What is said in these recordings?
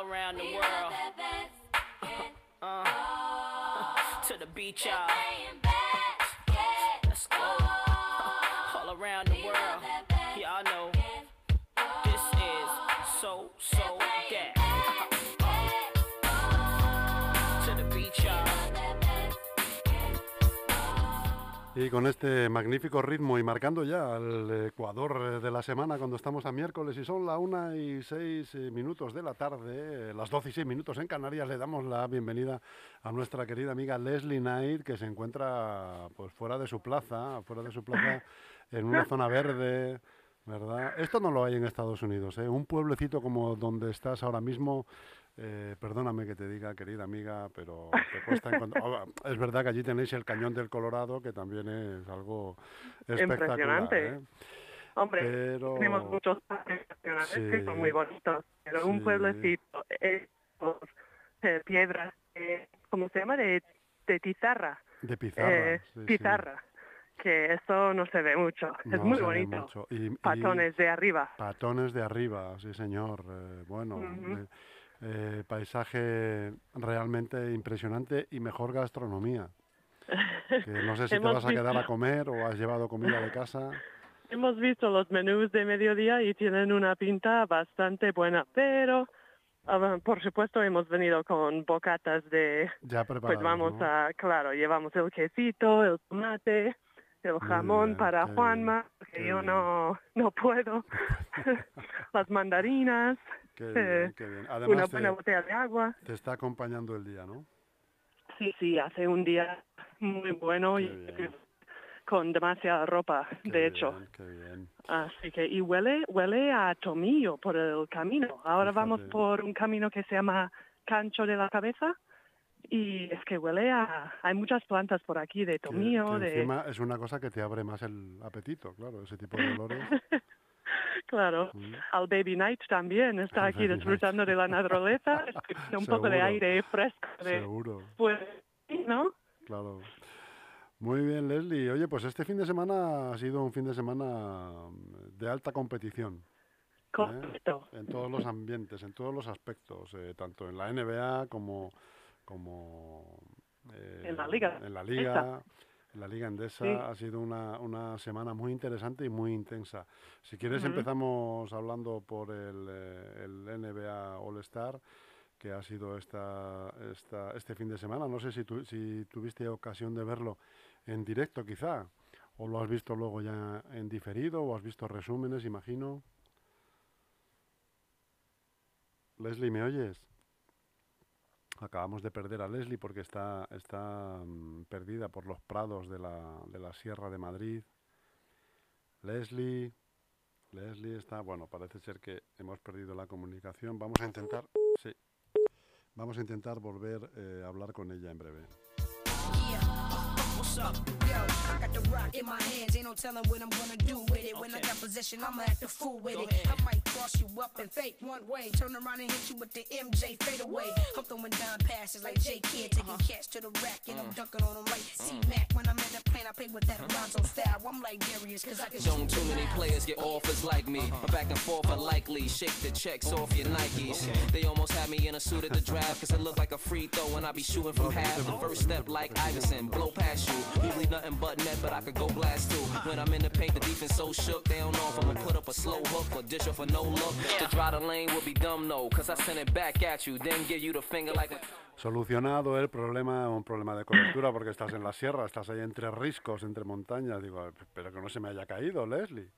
around the world. To the beach, y'all. Let's go. All around the world. Y'all know this is so that. To the beach, y'all. Y con este magnífico ritmo y marcando ya el Ecuador de la semana cuando estamos a miércoles y son las 1:06 de la tarde, las 12:06 en Canarias, le damos la bienvenida a nuestra querida amiga Leslie Knight, que se encuentra pues fuera de su plaza en una zona verde, ¿verdad? Esto no lo hay en Estados Unidos, ¿eh? Un pueblecito como donde estás ahora mismo. Perdóname que te diga, querida amiga, pero te cuesta encontrar. Es verdad que allí tenéis el Cañón del Colorado, que también es algo espectacular, impresionante. ¿eh? Hombre, Pero tenemos muchos parques nacionales que son muy sí, bonitos, pero un sí, pueblecito piedras, ¿cómo se llama? De tizarra. de pizarra, sí, sí. Pizarra, que eso no se ve mucho. Es No muy se ve bonito. mucho. Y Patones de arriba. patones de arriba, sí, señor. Bueno, Ujú. paisaje realmente impresionante y mejor gastronomía. Que no sé si te Hemos vas a visto, quedar a comer o has llevado comida de casa. hemos visto los menús de mediodía y tienen una pinta bastante buena, pero por supuesto hemos venido con bocatas Ya pues preparados, vamos ¿no? claro, llevamos el quesito, el tomate, el Muy jamón bien, para qué bien, Juanma, qué porque yo bien. no puedo, No puede. las mandarinas, Qué eh, bien, qué bien. una Además buena botella de agua. te está acompañando el día, ¿no? Sí, hace un día muy bueno Qué y bien, con demasiada ropa, qué de hecho. bien, qué bien. Así que, y huele a tomillo por el camino. Ahora vamos Fíjate. por un camino que se llama Cancho de la Cabeza y es que hay muchas plantas por aquí de Que tomillo, de... encima es una cosa que te abre más el apetito, claro, ese tipo de olores. Claro, Mm. al Baby Night también está Al aquí Very night. disfrutando de la naturaleza, escuchando un poco de Seguro, aire fresco seguro, pues, ¿no? claro. Muy bien, Leslie. Oye, pues este fin de semana ha sido un fin de semana de alta competición, ¿eh? Correcto. En todos los ambientes, en todos los aspectos, tanto en la NBA como En la liga. en la Esa, Liga. En la Liga sí. Endesa ha sido una semana muy interesante y muy intensa. Si quieres Ujú. empezamos hablando por el NBA All-Star, que ha sido este fin de semana. No sé si tuviste ocasión de verlo en directo quizá, o lo has visto luego ya en diferido, o has visto resúmenes, imagino. Leslie, ¿me oyes? Acabamos de perder a Leslie porque está perdida por los prados de la Sierra de Madrid. Leslie, Leslie está, bueno, parece ser que hemos perdido la comunicación. Sí, vamos a intentar volver a hablar con ella en breve. What's up? Yo, I got the rock in my hands, ain't no telling what I'm gonna do with it. When I got possession, I'ma act a fool with Go it. ahead. I might cross you up and fake one way, turn around and hit you with the MJ fade away. I'm throwing down passes like J Kidd, taking cats to the rack and I'm dunking on them like C-Mac. When I'm in the plane, I play with that Alonzo style. I'm like Darius, cause I can Don't shoot too many now. players get offers like me. But back and forth are likely. Shake the checks off your Nikes. They almost had me in a suit at the draft, cause it looked like a free throw and I be shooting from half. The first step like Iverson, blow past you. Usually nothing but net, but I could go blast too. When I'm in the paint, the defense so shook. They don't know if I'ma put up a slow hook or dish off a no look. To draw the lane would be dumb, no. Cause I send it back at you, then give you the finger like a... Solucionado el problema, un problema de cobertura porque estás en la sierra, estás ahí entre riscos, entre montañas. Digo, pero que no se me haya caído, Leslie.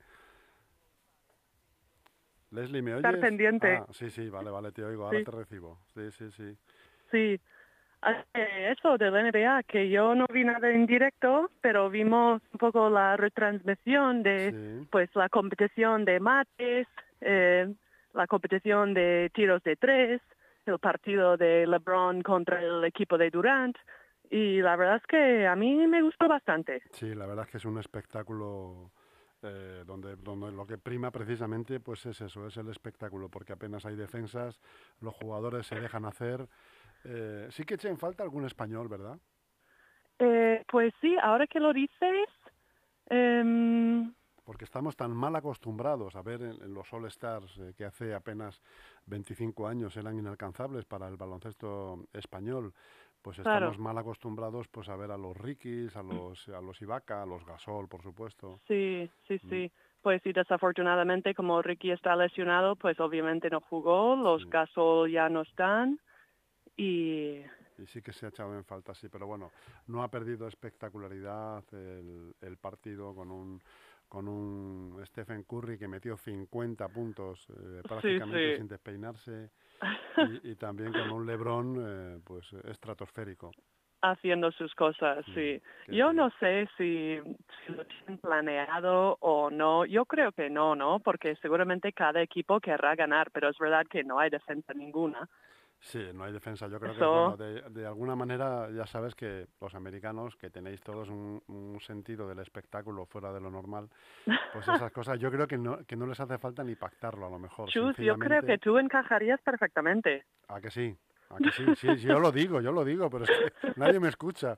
Leslie, ¿me Estar oyes? pendiente, Ah, sí, vale, te oigo, ahora sí, te recibo. Sí. sí. Eso del NBA, que yo no vi nada en directo, pero vimos un poco la retransmisión de Sí, pues la competición de mates, la competición de tiros de tres, el partido de LeBron contra el equipo de Durant, y la verdad es que a mí me gustó bastante. sí, la verdad es que es un espectáculo donde lo que prima precisamente pues es eso, es el espectáculo, porque apenas hay defensas, los jugadores se dejan hacer. Sí que eché en falta algún español, ¿verdad? Pues sí, ahora que lo dices, em, porque estamos tan mal acostumbrados a ver en los All-Stars que hace apenas 25 años eran inalcanzables para el baloncesto español, pues Claro. estamos mal acostumbrados pues a ver a los Rikis, a los Ibaka, a los Gasol, por supuesto. Sí, sí, Mm, sí. Pues sí, desafortunadamente, como Ricky está lesionado, pues obviamente no jugó, los sí. Gasol ya no están y Y sí que se ha echado en falta, sí, pero bueno, no ha perdido espectacularidad el partido con un Stephen Curry que metió 50 puntos sí, prácticamente sí. sin despeinarse y también con un LeBron pues estratosférico. Haciendo sus cosas, Mm, sí. qué Yo tío. no sé si lo tienen planeado o no. Yo creo que no, ¿no? Porque seguramente cada equipo querrá ganar, pero es verdad que no hay defensa ninguna. Sí, no hay defensa. Yo creo que, bueno, Eso, de alguna manera ya sabes que los americanos, que tenéis todos un sentido del espectáculo fuera de lo normal, pues esas cosas yo creo que no les hace falta ni pactarlo a lo mejor. Chus, yo creo que Sencillamente, tú encajarías perfectamente. ¿a que sí? ¿A que sí? Sí, sí, yo lo digo, pero es que nadie me escucha.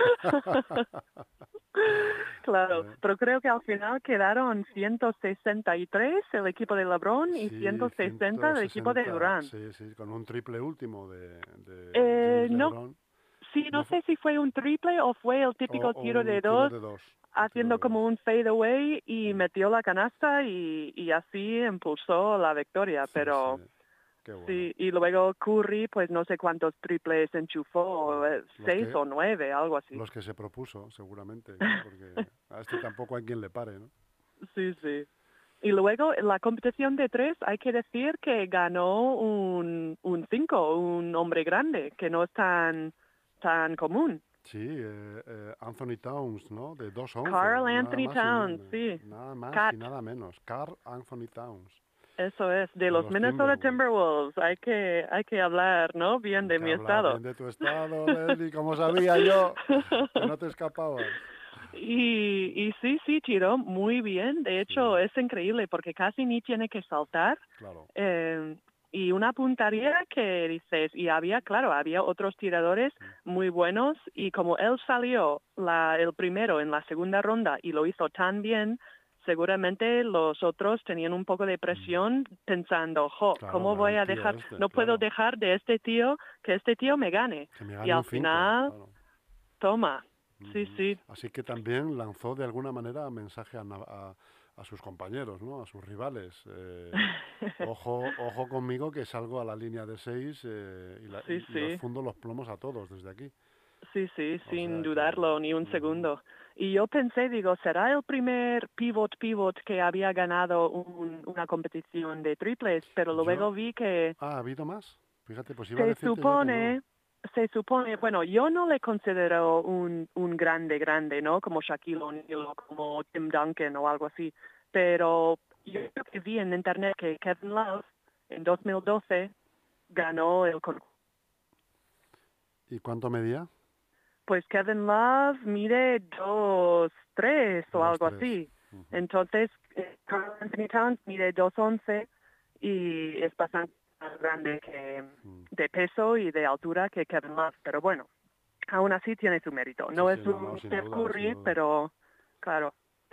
Claro, Eh, pero creo que al final quedaron 163 el equipo de LeBron y Sí, 160 el equipo de 160, Durant. sí, sí, con un triple último de James No, LeBron. sí, no No fue, sé si fue un triple o fue el típico o tiro un de tiro dos de dos, un tiro haciendo de dos. como un fade away y Mm, metió la canasta y así impulsó la victoria, sí, sí, pero qué bueno. sí, y luego Curry, pues no sé cuántos triples enchufó, Mm. 6 o 9, algo así. Los que se propuso, seguramente, claro, porque a este tampoco hay quien le pare, ¿no? Sí, sí. Y luego en la competición de tres hay que decir que ganó un 5, un hombre grande, que no es tan común. Sí, Anthony Towns, ¿no? De 2'11", Carl nada Anthony más y Towns, sí. nada más Cat, y nada menos. Carl Anthony Towns, eso es, de de los los Minnesota Timberwolves. Timberwolves. Hay que hablar, ¿no? Bien Hay de que mi hablar estado. bien de tu estado, Leslie, como sabía yo que no te escapabas. Y sí, sí, tiró muy bien. De hecho, Sí, es increíble porque casi ni tiene que saltar. claro. Eh, y una puntería que dices, y había, claro, había otros tiradores muy buenos y como él salió el primero en la segunda ronda y lo hizo tan bien, seguramente los otros tenían un poco de Mm. presión pensando, jo, Claro, ¿cómo claro, voy el a tío dejar? este, No puedo claro. dejar de este tío, que este tío me gane. Que me Y gane al un 5, final, claro. toma, sí, Ujú. sí. Así que también lanzó de alguna manera mensaje a sus compañeros, ¿no? A sus rivales. Ojo, ojo conmigo que salgo a la línea de 6 Sí, y los sí. fundo los plomos a todos desde aquí. Sí, sí, O sin sea que... dudarlo ni un ujú. segundo. Y yo pensé, digo, ¿será el primer pivot que había ganado una competición de triples? Pero luego Yo... vi que Ah, ¿ha habido más? Fíjate, pues iba a se decirte yo que no. supone, bueno, yo no le considero un grande, ¿no? Como Shaquille O'Neal o como Tim Duncan o algo así. Pero yo creo que vi en internet que Kevin Love en 2012 ganó el concurso. ¿Y cuánto medía? Pues Kevin Love mide 2'3" o Dos, algo tres. así. Ujú. Entonces, Karl Anthony Towns mide 2'11" y es bastante más grande Mm. de peso y de altura que Kevin Love. Pero bueno, aún así tiene su mérito. Sí, No sí, es no, no, un sin Steph duda, sin Curry, duda. pero claro.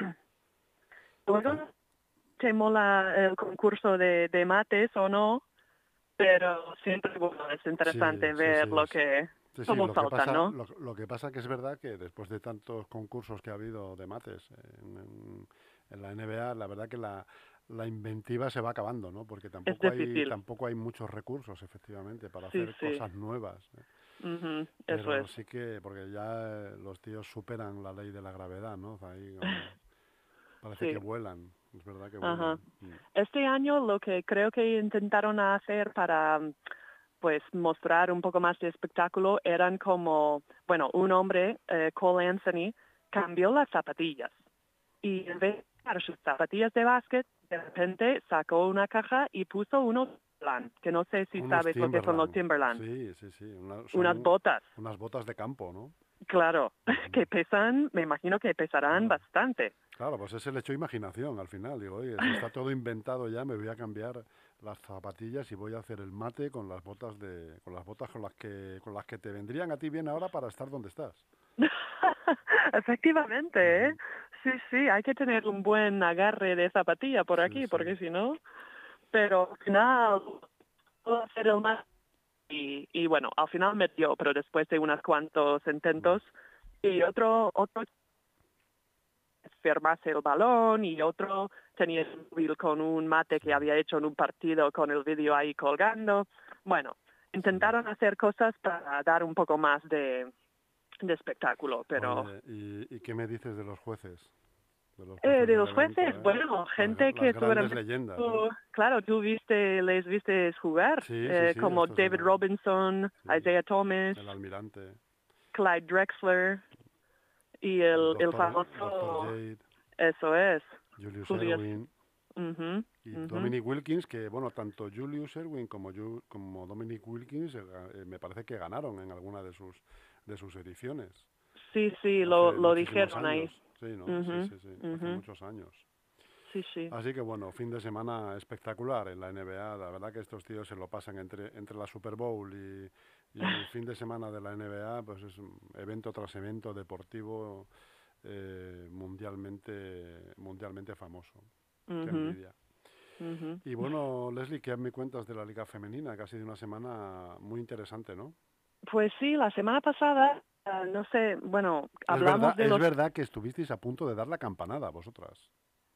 Luego, Ah, te mola el concurso de mates o no, pero siempre bueno, es sí, interesante sí, ver sí. Sí, sí, cómo saltan, ¿no? lo que pasa que es verdad que después de tantos concursos que ha habido de mates en la NBA, la verdad que la inventiva se va acabando, ¿no? Porque Es difícil. tampoco hay muchos recursos, efectivamente, para Sí, hacer sí. cosas nuevas. Ujú, eso Pero es. sí que, porque ya los tíos superan la ley de la gravedad, ¿no? O sea, ahí como parece que Sí, vuelan, es verdad que ajá. vuelan. Mm. Este año lo que creo que intentaron hacer para, pues, mostrar un poco más de espectáculo eran como, bueno, un hombre, Cole Anthony, cambió las zapatillas y en vez de usar sus zapatillas de básquet, de repente sacó una caja y puso unos Timberland, que no sé si Unos sabes lo que son los Timberland, Timberland, sí, sí, sí, unas son botas. unas botas de campo, ¿no? Claro, Ujú. que pesan, me imagino que pesarán Claro. bastante. Claro, pues ese le echó imaginación al final. Digo, oye, si está todo inventado ya, me voy a cambiar las zapatillas y voy a hacer el mate con las botas con las que te vendrían a ti bien ahora para estar donde estás. Efectivamente, ¿eh? Ujú. sí, hay que tener un buen agarre de zapatilla por aquí, Sí, sí. porque si no... Pero al final, puedo hacer el más... Y bueno, al final metió, pero después de unos cuantos intentos. Y otro firmase el balón y otro tenía el móvil con un mate que había hecho en un partido con el vídeo ahí colgando. Bueno, intentaron hacer cosas para dar un poco más de espectáculo, pero... Oye, ¿y qué me dices de los jueces? De los de del los evento, jueces, bueno, gente las que grandes leyendas, ¿eh? claro, les viste jugar, Sí, sí, sí, como estos David eran, Robinson, sí, Isaiah Thomas, el almirante, Clyde Drexler y el el doctor famoso, Jade, eso es, Julius Julius. Erwin Ujú, y ujú. Dominic Wilkins, que bueno, tanto Julius Erwin como Dominic Wilkins me parece que ganaron en alguna de sus ediciones. Sí, Hace lo muchísimos dijeron ahí. años, sí, ¿no? Sí, Ujú, sí, sí, hace ujú. muchos años. Sí. Así que bueno, fin de semana espectacular en la NBA. La verdad que estos tíos se lo pasan entre la Super Bowl y el fin de semana de la NBA, pues es un evento tras evento deportivo mundialmente famoso. Qué Ujú, envidia. ujú. Y bueno, Leslie, ¿qué me cuentas de la Liga Femenina? Que ha sido una semana muy interesante, ¿no? Pues sí, la semana pasada, no sé, bueno, hablamos de Es los verdad que estuvisteis a punto de dar la campanada, vosotras.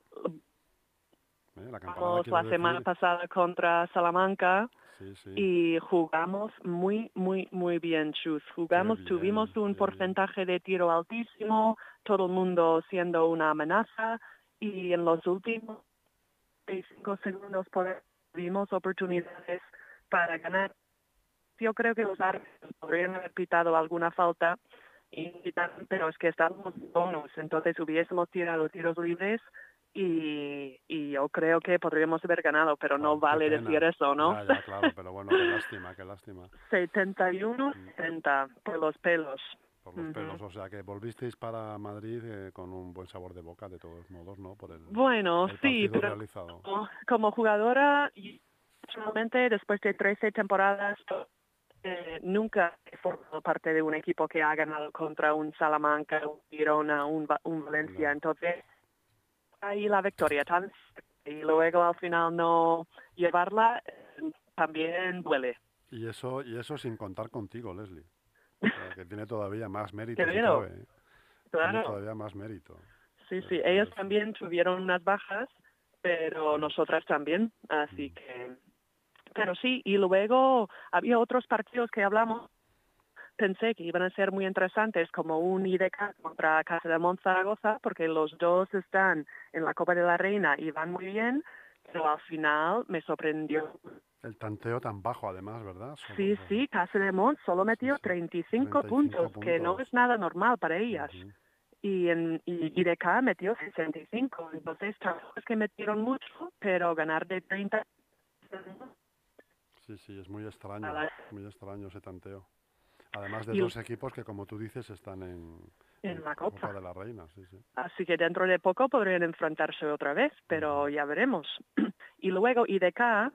La campanada quiero la semana decir, pasada contra Salamanca sí, sí, y jugamos muy bien, Chus. qué Tuvimos bien, un qué bien. porcentaje de tiro altísimo, todo el mundo siendo una amenaza y en los últimos 5 segundos tuvimos oportunidades para ganar. Yo creo que los árbitros podrían haber pitado alguna falta, pero es que estábamos en bonus, entonces hubiésemos tirado tiros libres y yo creo que podríamos haber ganado, pero no Jo, qué vale decir pena. eso, ¿no? Ya, claro, pero bueno, qué lástima, qué lástima. 71-70 por los pelos. Por los pelos, Ujú. o sea que volvisteis para Madrid con un buen sabor de boca, de todos modos, ¿no? Por Bueno, el sí, partido pero realizado. como jugadora, y personalmente después de 13 temporadas, nunca he formado parte de un equipo que ha ganado contra un Salamanca, un Girona, un Valencia. No. Entonces, ahí la victoria tan y luego al final no llevarla también duele. Y eso sin contar contigo, Leslie. O sea, que tiene todavía más mérito, si Pero, cabe, ¿eh? Tiene claro, todavía más mérito. sí, ellos Eso. también tuvieron unas bajas, pero nosotras también, así Mm. que... Pero sí, y luego había otros partidos que hablamos. Pensé que iban a ser muy interesantes, como un IDK contra Casa de Zaragoza, porque los dos están en la Copa de la Reina y van muy bien, pero al final me sorprendió. El tanteo tan bajo, además, ¿verdad? Sí, Casa de Mont solo Sí, metió sí. 35 35 puntos, que no es puntos. nada normal para ellas. Ujú. Y IDK metió 65, entonces tampoco es que metieron mucho, pero ganar de 30 Sí, es muy extraño ese tanteo. Además de y dos equipos que, como tú dices, están en en la Copa Copa. de la Reina, sí, sí. Así que dentro de poco podrían enfrentarse otra vez, pero Ujú. ya veremos. Y luego IDK,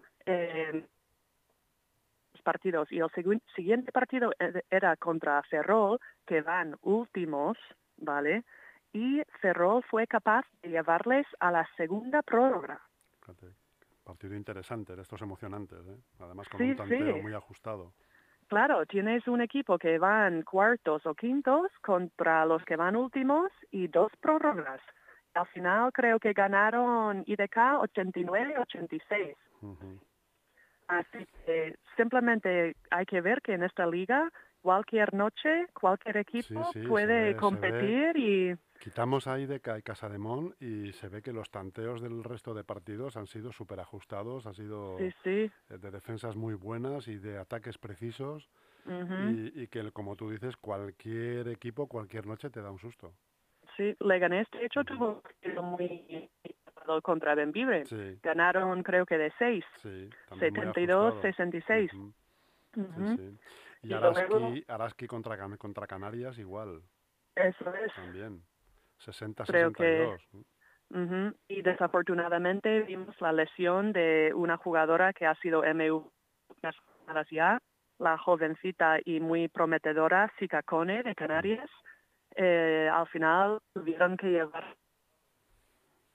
partidos. Y el siguiente partido era contra Ferrol, que van últimos, ¿vale? Y Ferrol fue capaz de llevarles a la segunda prórroga. Fíjate, partido interesante, de estos emocionantes, ¿eh? Además con un Sí, tanteo muy ajustado. claro, tienes un equipo que van cuartos o quintos contra los que van últimos y 2 prórrogas. Al final creo que ganaron IDK 89-86. Ujú. Así que simplemente hay que ver que en esta liga cualquier noche, cualquier Sí, equipo sí, puede se ve. competir y Quitamos ahí de Casademón y se ve que los tanteos del resto de partidos han sido súper ajustados, han sido sí. de defensas muy buenas y de ataques precisos Ujú. y que, como tú dices, cualquier equipo, cualquier noche te da un susto. Sí, Leganés de hecho Ujú. tuvo un partido muy contra Benvibre. Sí, Ganaron creo que de 6, sí, también muy ajustado. 72-66. Ujú. Sí, Ujú. sí. Y Y luego, Araski contra Canarias igual, eso es, también. creo que 60-62. ujú. Y desafortunadamente vimos la lesión de una jugadora que ha sido MU unas semanas ya, la jovencita y muy prometedora Sika Kone de Canarias. Al final tuvieron que llevar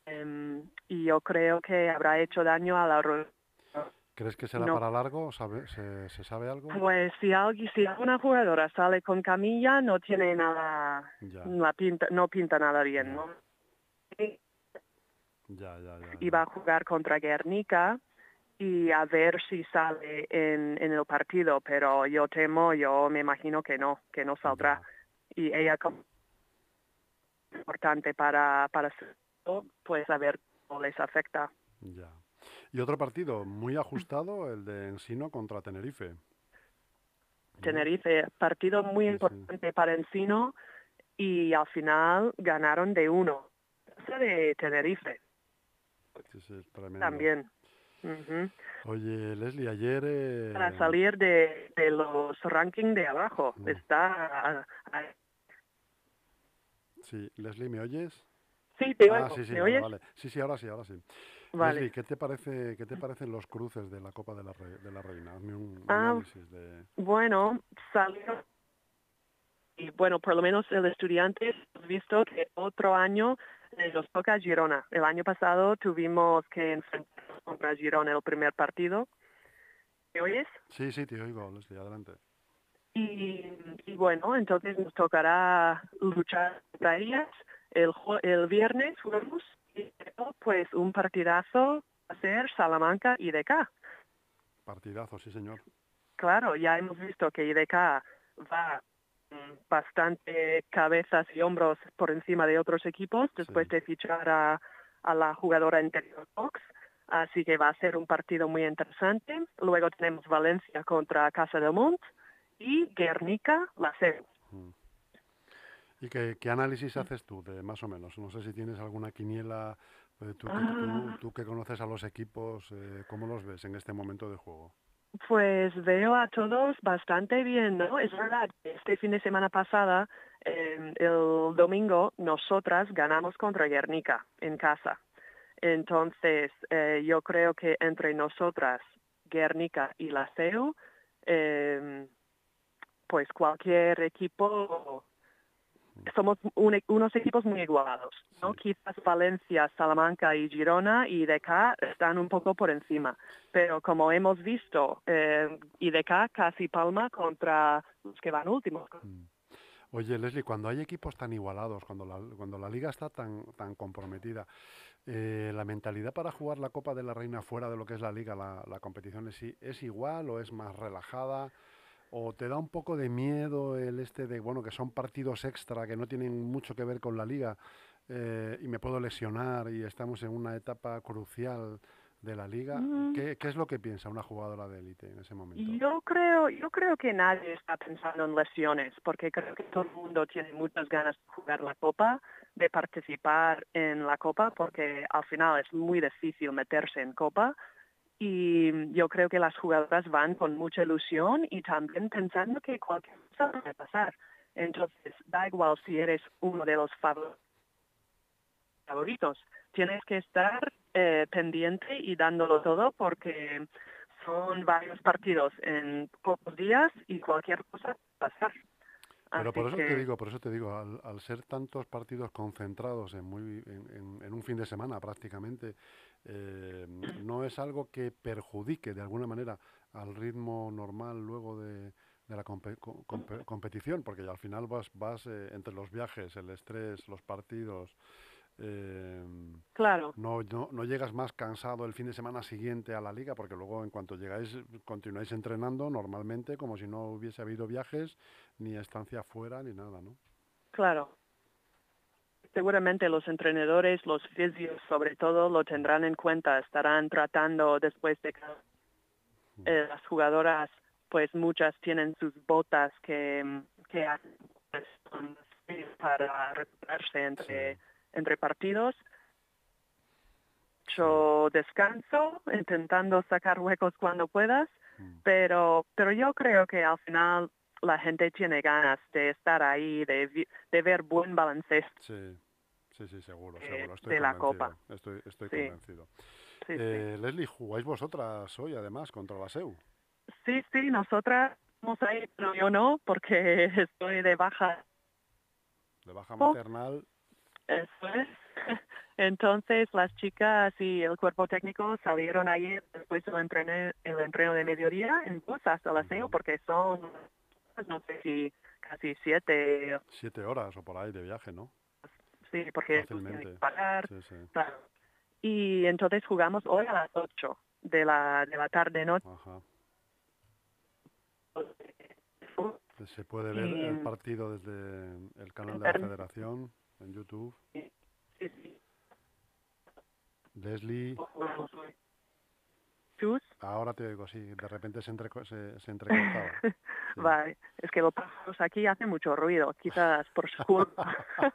y yo creo que habrá hecho daño a la rodilla. ¿Crees que será No. para largo? ¿Se sabe algo? Pues si alguna jugadora sale con camilla, no tiene nada, Ya, no pinta nada bien, ya, ¿no? ya, ya, ya, Y ya. va a jugar contra Guernica y a ver si sale en el partido, pero yo me imagino que no saldrá. Ya. Y ella como importante para pues a ver cómo les afecta. Ya. Y otro partido muy ajustado, el de Ensino contra Tenerife. ¿No? Tenerife, partido muy Sí, sí. importante para Encino y al final ganaron de 1. Ese de Tenerife Sí, sí, tremendo. también. Ujú. Oye, Leslie, ayer... Para salir de los rankings de abajo. Está... Sí, Leslie, ¿me oyes? Sí, te Ah, oigo. sí, sí, ¿Me vale, oyes? vale. Sí, sí, ahora sí, ahora sí. Vale. Leslie, qué te parecen los cruces de la Copa de la Reina? Hazme un Ah, análisis de... bueno, salió y bueno, por lo menos el estudiante hemos visto que otro año nos toca Girona. El año pasado tuvimos que enfrentarnos contra Girona el primer partido. ¿Me oyes? Sí, sí, te oigo, Leslie, adelante. Y bueno, entonces nos tocará luchar contra ellas. El viernes jugamos y luego, pues un partidazo va a ser Salamanca IDK. Partidazo, sí, señor. Claro, ya hemos visto que IDK va bastante cabezas y hombros por encima de otros equipos después Sí. de fichar a la jugadora interior Fox. Así que va a ser un partido muy interesante. Luego tenemos Valencia contra Casa del Mont y Guernica, la SEU. ¿Y qué análisis haces tú, de más o menos? No sé si tienes alguna quiniela, tú que conoces a los equipos, ¿cómo los ves en este momento de juego? Pues veo a todos bastante bien, ¿no? Es verdad que este fin de semana pasada, el domingo, nosotras ganamos contra Guernica en casa. Entonces, yo creo que entre nosotras, Guernica y la SEU, pues cualquier equipo, somos unos equipos muy igualados, ¿no? Sí. Quizás Valencia, Salamanca y Girona y IDK están un poco por encima, pero como hemos visto, IDK casi palma contra los que van últimos. Oye, Leslie, cuando hay equipos tan igualados, cuando la liga está tan comprometida, ¿la mentalidad para jugar la Copa de la Reina fuera de lo que es la liga, la competición es igual o es más relajada? ¿O te da un poco de miedo el de, bueno, que son partidos extra que no tienen mucho que ver con la liga y me puedo lesionar y estamos en una etapa crucial de la liga? ¿Qué es lo que piensa una jugadora de élite en ese momento? Yo creo que nadie está pensando en lesiones, porque creo que todo el mundo tiene muchas ganas de jugar la Copa, de participar en la Copa, porque al final es muy difícil meterse en Copa. Y yo creo que las jugadoras van con mucha ilusión y también pensando que cualquier cosa puede pasar. Entonces, da igual si eres uno de los favoritos. Tienes que estar pendiente y dándolo todo porque son varios partidos en pocos días y cualquier cosa puede pasar. Pero Así que por eso te digo, al ser tantos partidos concentrados en un fin de semana prácticamente, no es algo que perjudique de alguna manera al ritmo normal luego de la competición, porque al final vas entre los viajes, el estrés, los partidos, eh, claro. no llegas más cansado el fin de semana siguiente a la liga, porque luego en cuanto llegáis continuáis entrenando normalmente como si no hubiese habido viajes, ni estancia fuera, ni nada, ¿no? Claro. Seguramente los entrenadores, los fisios sobre todo, lo tendrán en cuenta. Estarán tratando después de que las jugadoras, pues muchas tienen sus botas que hacen pues, para recuperarse entre partidos. Mucho descanso, intentando sacar huecos cuando puedas, pero yo creo que al final la gente tiene ganas de estar ahí, de ver buen baloncesto Sí, seguro, estoy de la Copa. convencido, estoy Sí, convencido. sí. Leslie, ¿jugáis vosotras hoy además contra la SEU? Sí, nosotras estamos ahí, pero yo no, porque estoy de baja. De baja maternal. Eso es. Entonces las chicas y el cuerpo técnico salieron ayer después del entreno de mediodía en bus hasta el aseo porque son, no sé si casi 7. 7 horas o por ahí de viaje, ¿no? Sí, porque Fácilmente. tienes que pagar. Sí, sí. Claro. Y entonces jugamos hoy a las 8 de la tarde-noche. Ajá. Se puede ver el partido desde el canal de la Federación en YouTube. Sí, sí. Leslie, ¿Chus? ahora te oigo, sí, de repente se entrecortaba. Sí. Vale, es que los pájaros aquí hacen mucho ruido, quizás por su culpa.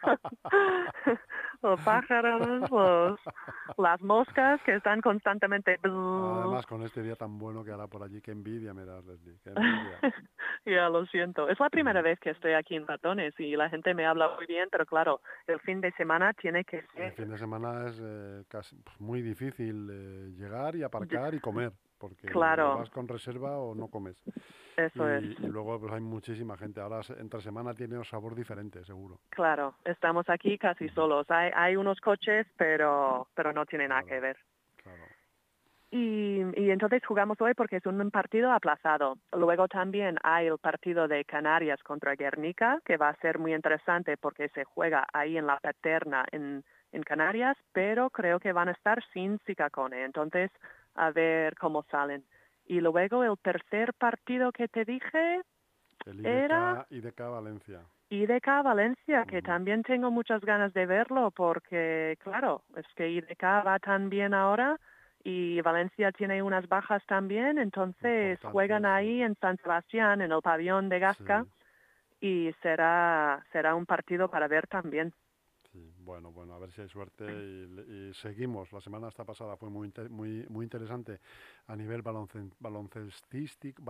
Los pájaros, las moscas que están constantemente... Además, con este día tan bueno que hará por allí, qué envidia me das, Leslie, qué envidia. Ya, lo siento. Es la primera vez que estoy aquí en Ratones y la gente me habla muy bien, pero claro, el fin de semana tiene que ser... El fin de semana es casi muy difícil llegar y aparcar y comer, porque Claro. vas con reserva o no comes. Eso es. Y luego pues hay muchísima gente. Ahora entre semana tiene un sabor diferente, seguro. Claro, estamos aquí casi solos. Hay unos coches, pero no tiene nada que ver. Claro. Y entonces jugamos hoy porque es un partido aplazado. Luego también hay el partido de Canarias contra Guernica, que va a ser muy interesante porque se juega ahí en la Paterna en Canarias, pero creo que van a estar sin Sicacone. Entonces, a ver cómo salen. Y luego el tercer partido que te dije era IDK Valencia. IDK Valencia, que también tengo muchas ganas de verlo porque, claro, es que IDK va tan bien ahora y Valencia tiene unas bajas también, entonces juegan ahí en San Sebastián, en el pabellón de Gasca, y será un partido para ver también. Sí, bueno, a ver si hay suerte y seguimos. La semana pasada fue muy interesante a nivel baloncestístico.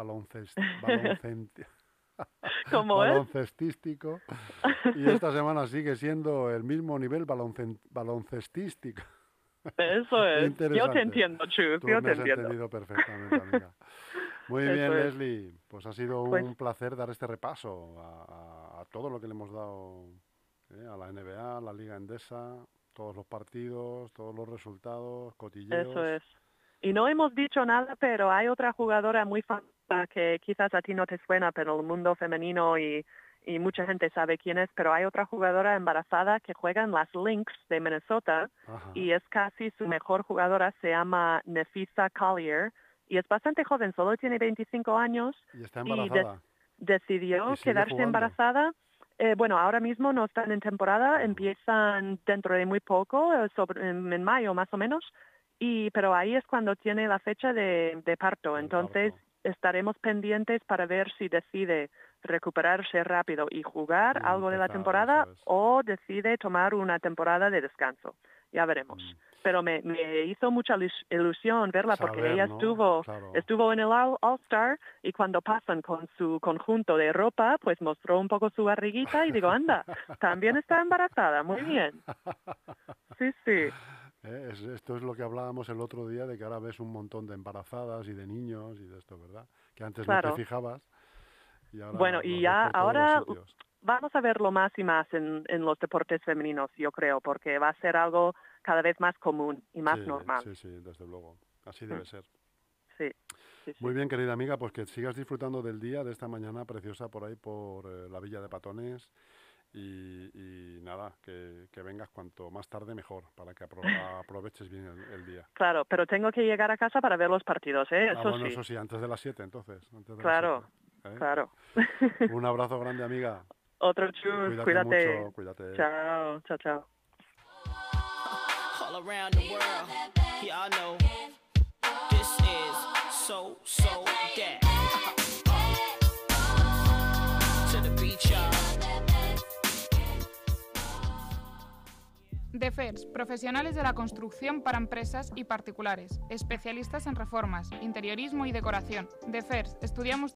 ¿Cómo es? Baloncestístico. Y esta semana sigue siendo el mismo nivel baloncestístico. Eso es. Yo te entiendo, Chus. Tú Yo me te has entiendo. entendido perfectamente, amiga. Muy bien, Eso es. Leslie. Pues ha sido un placer dar este repaso a todo lo que le hemos dado a la NBA, a la Liga Endesa, todos los partidos, todos los resultados, cotilleos. Eso es. Y no hemos dicho nada, pero hay otra jugadora muy famosa que quizás a ti no te suena, pero el mundo femenino y mucha gente sabe quién es, pero hay otra jugadora embarazada que juega en las Lynx de Minnesota. Ajá. Y es casi su mejor jugadora, se llama Nefisa Collier, y es bastante joven, solo tiene 25 años. Y está embarazada. Y decidió quedarse embarazada. Bueno, ahora mismo no están en temporada, empiezan dentro de muy poco, en mayo más o menos, pero ahí es cuando tiene la fecha de parto. Entonces estaremos pendientes para ver si decide recuperarse rápido y jugar algo de la temporada o decide tomar una temporada de descanso. Ya veremos. Pero me hizo mucha ilusión verla porque ella estuvo en el All-Star y cuando pasan con su conjunto de ropa, pues mostró un poco su barriguita y digo, anda, también está embarazada, muy bien. Sí. Esto es lo que hablábamos el otro día, de que ahora ves un montón de embarazadas y de niños y de esto, ¿verdad? Que antes no te fijabas. Y ahora bueno, y ya ahora vamos a verlo más y más en los deportes femeninos, yo creo, porque va a ser algo cada vez más común y más normal. Sí, desde luego. Así debe ser. Sí. Muy bien, querida amiga, pues que sigas disfrutando del día, de esta mañana preciosa por ahí, por la Villa de Patones. Y nada, que vengas cuanto más tarde mejor, para que aproveches bien el día. Claro, pero tengo que llegar a casa para ver los partidos, ¿eh? Eso sí, antes de las 7 entonces. Claro. Un abrazo grande, amiga. Otro Chus, cuídate. Mucho, cuídate. Chao. All around the world, y'all know this is so that. To the beach, y'all. DEFERS, profesionales de la construcción para empresas y particulares, especialistas en reformas, interiorismo y decoración. DEFERS, estudiamos